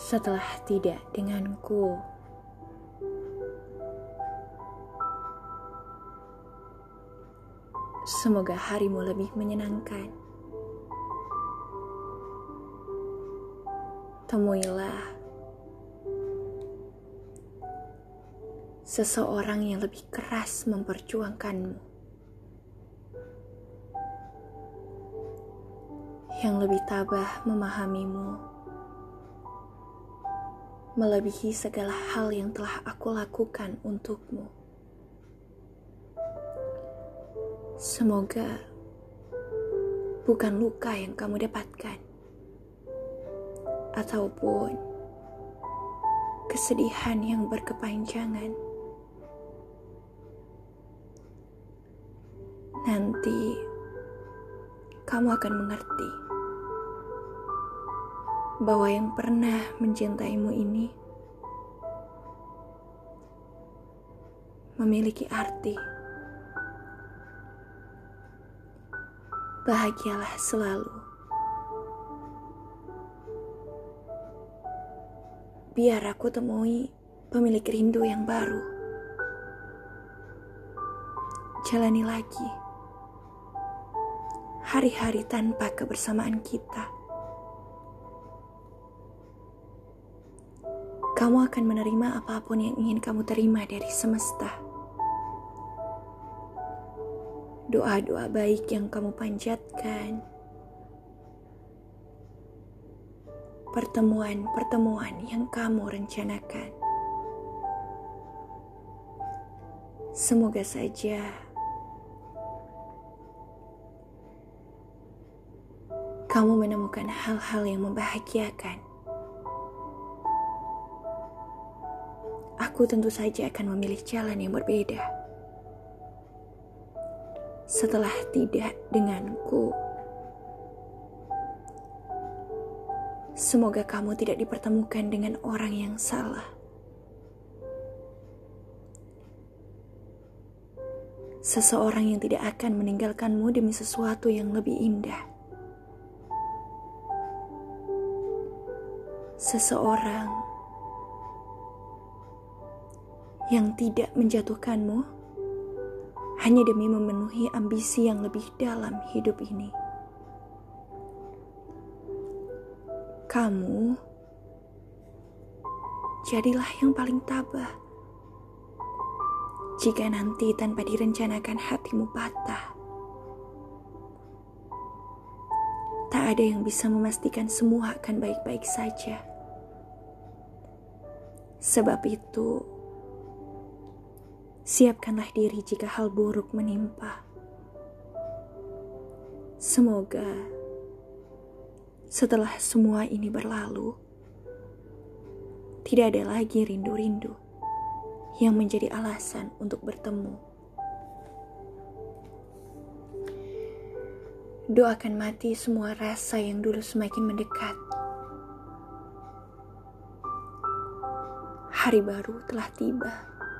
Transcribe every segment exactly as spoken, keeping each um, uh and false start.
Setelah tidak denganku, semoga harimu lebih menyenangkan. Temuilah seseorang yang lebih keras memperjuangkanmu, yang lebih tabah memahamimu, melebihi segala hal yang telah aku lakukan untukmu. Semoga bukan luka yang kamu dapatkan, ataupun kesedihan yang berkepanjangan. Nanti kamu akan mengerti bahwa yang pernah mencintaimu ini memiliki arti. Bahagialah selalu. Biar aku temui pemilik rindu yang baru. Jalani lagi hari-hari tanpa kebersamaan kita. Kamu akan menerima apapun yang ingin kamu terima dari semesta. Doa-doa baik yang kamu panjatkan, pertemuan-pertemuan yang kamu rencanakan. Semoga saja kamu menemukan hal-hal yang membahagiakan. Aku tentu saja akan memilih jalan yang berbeda. Setelah tidak denganku, semoga kamu tidak dipertemukan dengan orang yang salah. Seseorang yang tidak akan meninggalkanmu demi sesuatu yang lebih indah. Seseorang yang tidak menjatuhkanmu hanya demi memenuhi ambisi yang lebih dalam hidup ini. Kamu jadilah yang paling tabah. Jika nanti tanpa direncanakan hatimu patah, tak ada yang bisa memastikan semua akan baik-baik saja. Sebab itu, siapkanlah diri jika hal buruk menimpa. Semoga setelah semua ini berlalu, tidak ada lagi rindu-rindu yang menjadi alasan untuk bertemu. Doakan mati semua rasa yang dulu semakin mendekat. Hari baru telah tiba.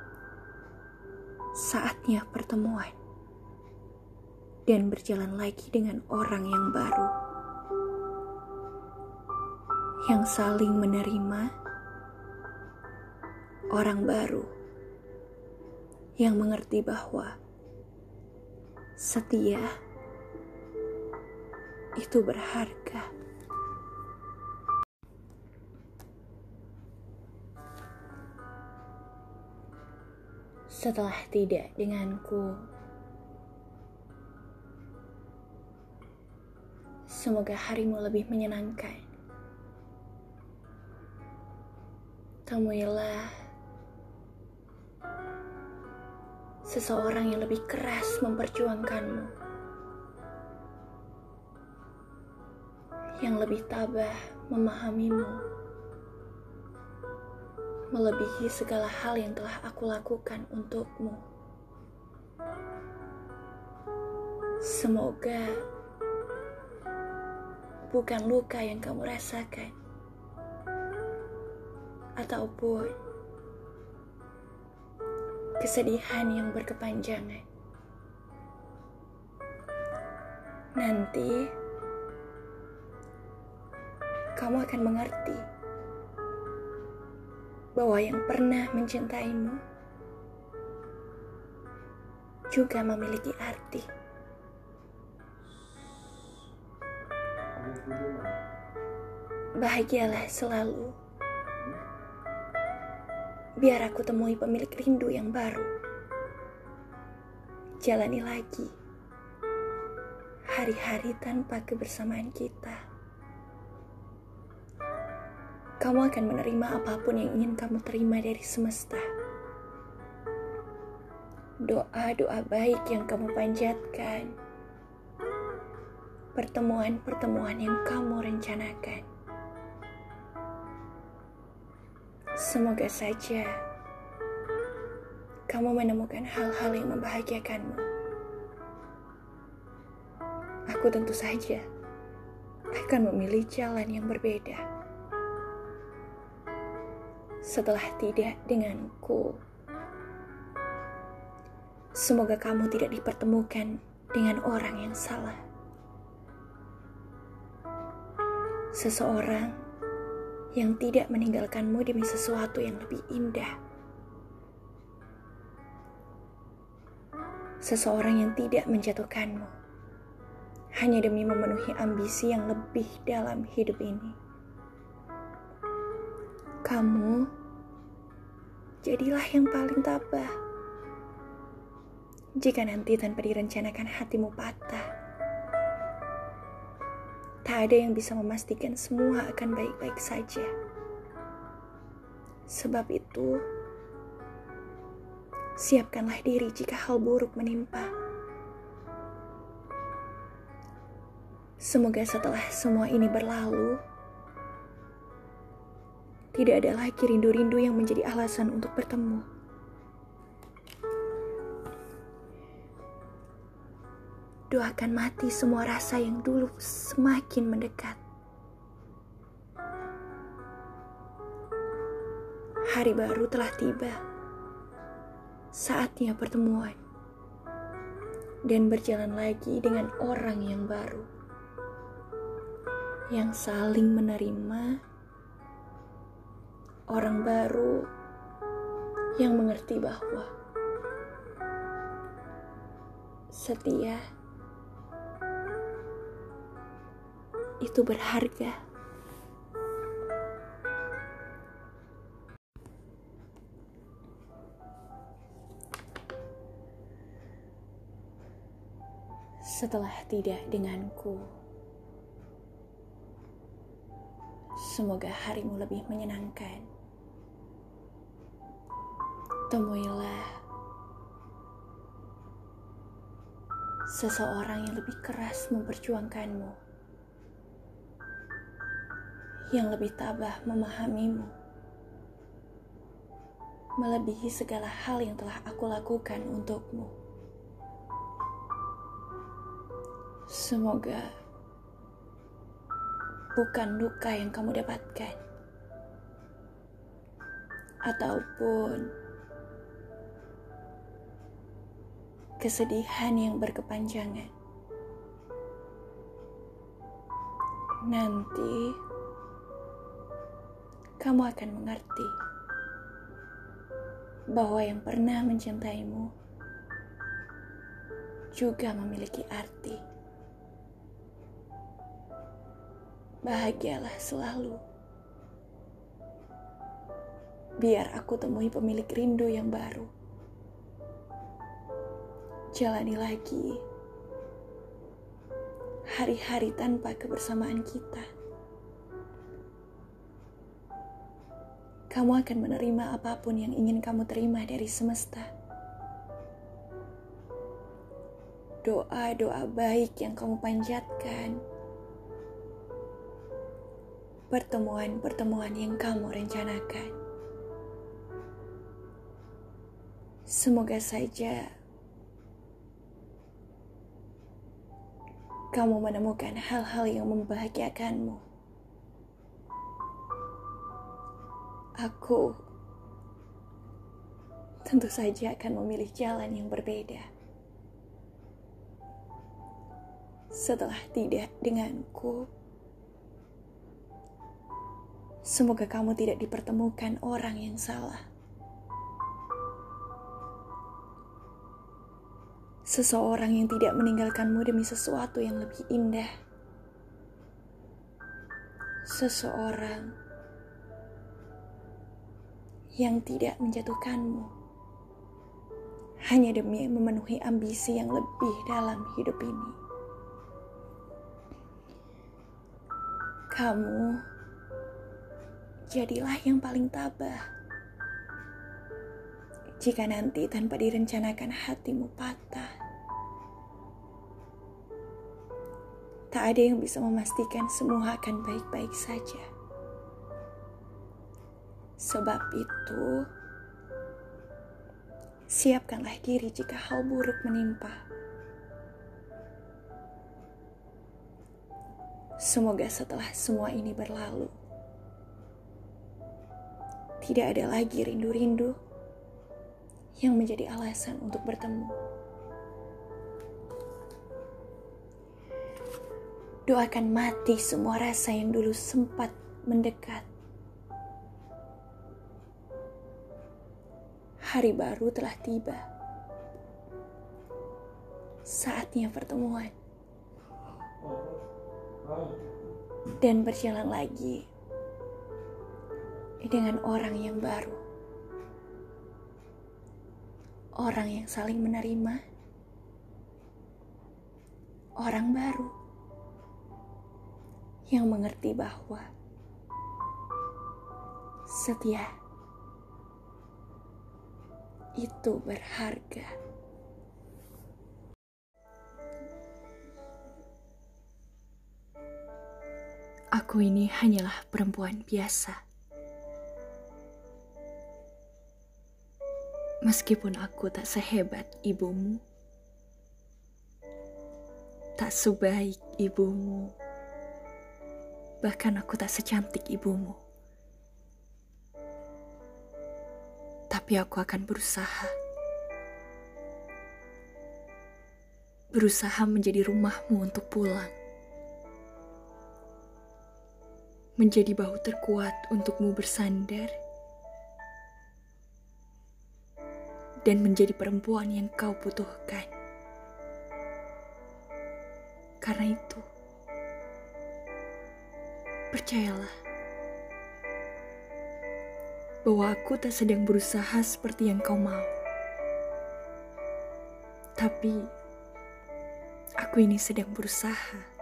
Saatnya pertemuan dan berjalan lagi dengan orang yang baru, yang saling menerima, orang baru yang mengerti bahwa setia itu berharga. Setelah tidak denganku, semoga harimu lebih menyenangkan. Temuilah seseorang yang lebih keras memperjuangkanmu, yang lebih tabah memahamimu, melebihi segala hal yang telah aku lakukan untukmu. Semoga bukan luka yang kamu rasakan, ataupun kesedihan yang berkepanjangan. Nanti kamu akan mengerti bahwa yang pernah mencintaimu juga memiliki arti. Bahagialah selalu. Biar aku temui pemilik rindu yang baru. Jalani lagi hari-hari tanpa kebersamaan kita. Kamu akan menerima apapun yang ingin kamu terima dari semesta. Doa-doa baik yang kamu panjatkan, pertemuan-pertemuan yang kamu rencanakan. Semoga saja kamu menemukan hal-hal yang membahagiakanmu. Aku tentu saja akan memilih jalan yang berbeda. Setelah tidak denganku, semoga kamu tidak dipertemukan dengan orang yang salah. Seseorang yang tidak meninggalkanmu demi sesuatu yang lebih indah. Seseorang yang tidak menjatuhkanmu hanya demi memenuhi ambisi yang lebih dalam hidup ini. Kamu jadilah yang paling tabah. Jika nanti tanpa direncanakan hatimu patah, tak ada yang bisa memastikan semua akan baik-baik saja. Sebab itu, siapkanlah diri jika hal buruk menimpa. Semoga setelah semua ini berlalu, tidak ada lagi rindu-rindu yang menjadi alasan untuk bertemu. Doakan mati semua rasa yang dulu semakin mendekat. Hari baru telah tiba. Saatnya pertemuan. Dan berjalan lagi dengan orang yang baru. Yang saling menerima. Orang baru yang mengerti bahwa setia itu berharga. Setelah tidak denganku, semoga harimu lebih menyenangkan. Temuilah seseorang yang lebih keras memperjuangkanmu, yang lebih tabah memahamimu, melebihi segala hal yang telah aku lakukan untukmu. Semoga bukan luka yang kamu dapatkan, ataupun kesedihan yang berkepanjangan. Nanti kamu akan mengerti bahwa yang pernah mencintaimu juga memiliki arti. Bahagialah selalu. Biar aku temui pemilik rindu yang baru. Jalani lagi hari-hari tanpa kebersamaan kita. Kamu akan menerima apapun yang ingin kamu terima dari semesta. Doa-doa baik yang kamu panjatkan, pertemuan-pertemuan yang kamu rencanakan. Semoga saja kamu menemukan hal-hal yang membahagiakanmu. Aku tentu saja akan memilih jalan yang berbeda. Setelah tidak denganku, Semoga kamu tidak dipertemukan orang yang salah. Seseorang yang tidak meninggalkanmu demi sesuatu yang lebih indah. Seseorang yang tidak menjatuhkanmu hanya demi memenuhi ambisi yang lebih dalam hidup ini. Kamu jadilah yang paling tabah jika nanti tanpa direncanakan hatimu patah. Tak ada yang bisa memastikan semua akan baik-baik saja. Sebab itu, siapkanlah diri jika hal buruk menimpa. Semoga setelah semua ini berlalu, tidak ada lagi rindu-rindu yang menjadi alasan untuk bertemu. Doakan mati semua rasa yang dulu sempat mendekat. Hari baru telah tiba. Saatnya pertemuan. Dan berjalan lagi dengan orang yang baru. Orang yang saling menerima. Orang baru yang mengerti bahwa setia itu berharga. Aku ini hanyalah perempuan biasa. Meskipun aku tak sehebat ibumu, tak sebaik ibumu, bahkan aku tak secantik ibumu. Tapi aku akan berusaha. Berusaha menjadi rumahmu untuk pulang. Menjadi bahu terkuat untukmu bersandar. Dan menjadi perempuan yang kau butuhkan. Karena itu, percayalah bahwa aku tak sedang berusaha seperti yang kau mau. Tapi aku ini sedang berusaha.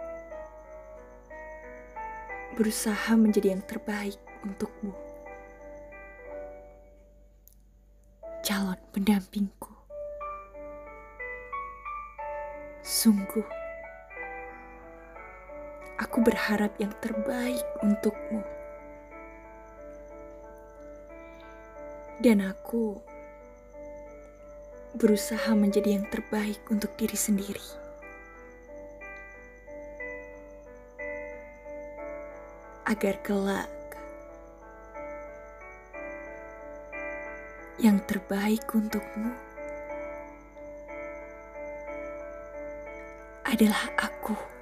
Berusaha menjadi yang terbaik untukmu. Calon pendampingku. Sungguh, aku berharap yang terbaik untukmu. Dan aku berusaha menjadi yang terbaik untuk diri sendiri. Agar kelak yang terbaik untukmu adalah aku.